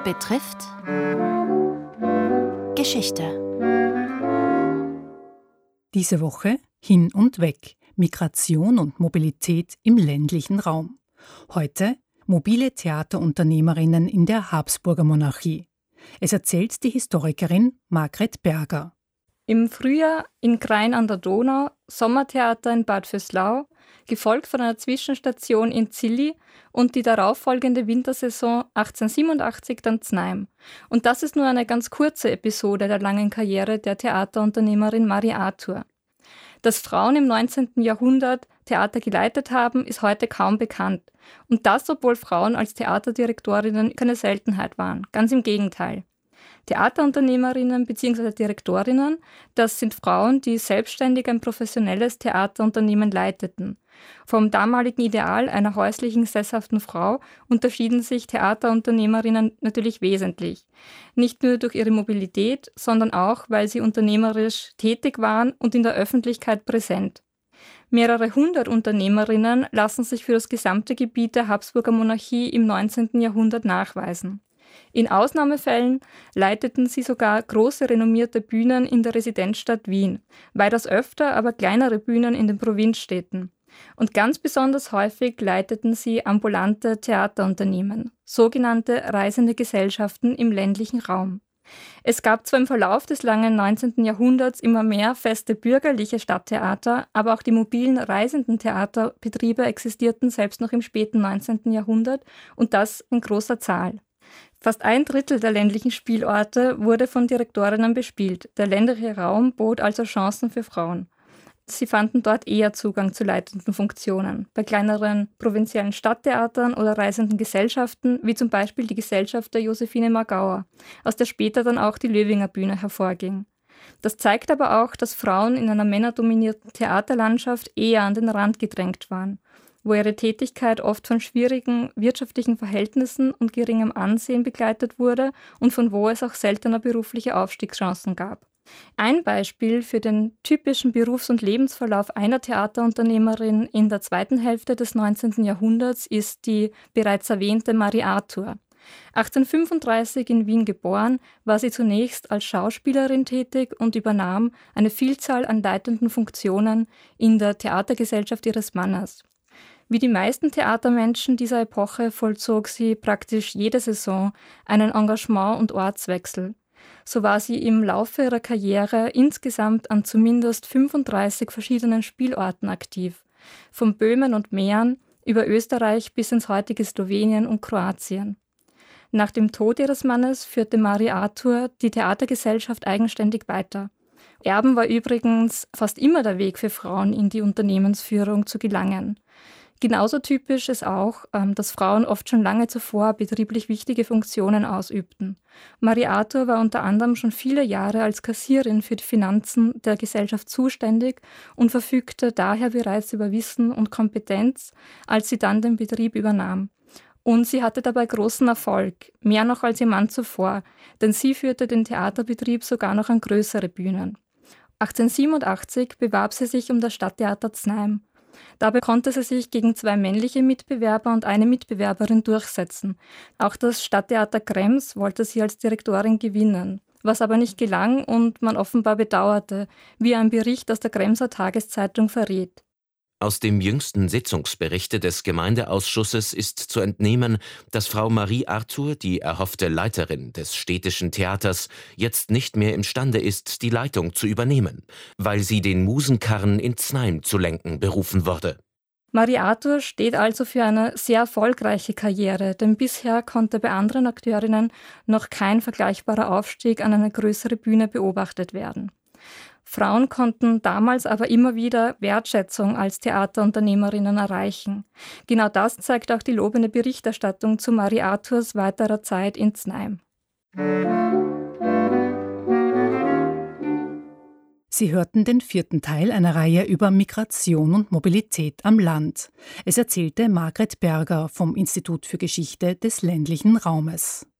betrifft Geschichte. Diese Woche Hin und Weg, Migration und Mobilität im ländlichen Raum. Heute mobile Theaterunternehmerinnen in der Habsburger Monarchie. Es erzählt die Historikerin Margret Berger. Im Frühjahr in Krain an der Donau, Sommertheater in Bad Vöslau, gefolgt von einer Zwischenstation in Zilli und die darauffolgende Wintersaison 1887 dann Znaim. Und das ist nur eine ganz kurze Episode der langen Karriere der Theaterunternehmerin Marie Arthur. Dass Frauen im 19. Jahrhundert Theater geleitet haben, ist heute kaum bekannt. Und das, obwohl Frauen als Theaterdirektorinnen keine Seltenheit waren. Ganz im Gegenteil. Theaterunternehmerinnen bzw. Direktorinnen, das sind Frauen, die selbstständig ein professionelles Theaterunternehmen leiteten. Vom damaligen Ideal einer häuslichen, sesshaften Frau unterschieden sich Theaterunternehmerinnen natürlich wesentlich. Nicht nur durch ihre Mobilität, sondern auch, weil sie unternehmerisch tätig waren und in der Öffentlichkeit präsent. Mehrere hundert Unternehmerinnen lassen sich für das gesamte Gebiet der Habsburger Monarchie im 19. Jahrhundert nachweisen. In Ausnahmefällen leiteten sie sogar große renommierte Bühnen in der Residenzstadt Wien, weitaus öfter aber kleinere Bühnen in den Provinzstädten. Und ganz besonders häufig leiteten sie ambulante Theaterunternehmen, sogenannte reisende Gesellschaften im ländlichen Raum. Es gab zwar im Verlauf des langen 19. Jahrhunderts immer mehr feste bürgerliche Stadttheater, aber auch die mobilen reisenden Theaterbetriebe existierten selbst noch im späten 19. Jahrhundert und das in großer Zahl. Fast 1/3 der ländlichen Spielorte wurde von Direktorinnen bespielt. Der ländliche Raum bot also Chancen für Frauen. Sie fanden dort eher Zugang zu leitenden Funktionen. Bei kleineren provinziellen Stadttheatern oder reisenden Gesellschaften, wie zum Beispiel die Gesellschaft der Josephine Margauer, aus der später dann auch die Löwinger Bühne hervorging. Das zeigt aber auch, dass Frauen in einer männerdominierten Theaterlandschaft eher an den Rand gedrängt waren, wo ihre Tätigkeit oft von schwierigen wirtschaftlichen Verhältnissen und geringem Ansehen begleitet wurde und von wo es auch seltener berufliche Aufstiegschancen gab. Ein Beispiel für den typischen Berufs- und Lebensverlauf einer Theaterunternehmerin in der zweiten Hälfte des 19. Jahrhunderts ist die bereits erwähnte Marie Arthur. 1835 in Wien geboren, war sie zunächst als Schauspielerin tätig und übernahm eine Vielzahl an leitenden Funktionen in der Theatergesellschaft ihres Mannes. Wie die meisten Theatermenschen dieser Epoche vollzog sie praktisch jede Saison einen Engagement- und Ortswechsel. So war sie im Laufe ihrer Karriere insgesamt an zumindest 35 verschiedenen Spielorten aktiv, von Böhmen und Mähren über Österreich bis ins heutige Slowenien und Kroatien. Nach dem Tod ihres Mannes führte Marie Arthur die Theatergesellschaft eigenständig weiter. Erben war übrigens fast immer der Weg für Frauen in die Unternehmensführung zu gelangen. Genauso typisch ist auch, dass Frauen oft schon lange zuvor betrieblich wichtige Funktionen ausübten. Marie Arthur war unter anderem schon viele Jahre als Kassierin für die Finanzen der Gesellschaft zuständig und verfügte daher bereits über Wissen und Kompetenz, als sie dann den Betrieb übernahm. Und sie hatte dabei großen Erfolg, mehr noch als ihr Mann zuvor, denn sie führte den Theaterbetrieb sogar noch an größere Bühnen. 1887 bewarb sie sich um das Stadttheater Znaim. Dabei konnte sie sich gegen 2 männliche Mitbewerber und eine Mitbewerberin durchsetzen. Auch das Stadttheater Krems wollte sie als Direktorin gewinnen, was aber nicht gelang und man offenbar bedauerte, wie ein Bericht aus der Kremser Tageszeitung verrät. Aus dem jüngsten Sitzungsberichte des Gemeindeausschusses ist zu entnehmen, dass Frau Marie Arthur, die erhoffte Leiterin des städtischen Theaters, jetzt nicht mehr imstande ist, die Leitung zu übernehmen, weil sie den Musenkarren in Znaim zu lenken berufen wurde. Marie Arthur steht also für eine sehr erfolgreiche Karriere, denn bisher konnte bei anderen Akteurinnen noch kein vergleichbarer Aufstieg an eine größere Bühne beobachtet werden. Frauen konnten damals aber immer wieder Wertschätzung als Theaterunternehmerinnen erreichen. Genau das zeigt auch die lobende Berichterstattung zu Marie Arthurs weiterer Zeit in Znaim. Sie hörten den 4. Teil einer Reihe über Migration und Mobilität am Land. Es erzählte Margret Berger vom Institut für Geschichte des ländlichen Raumes.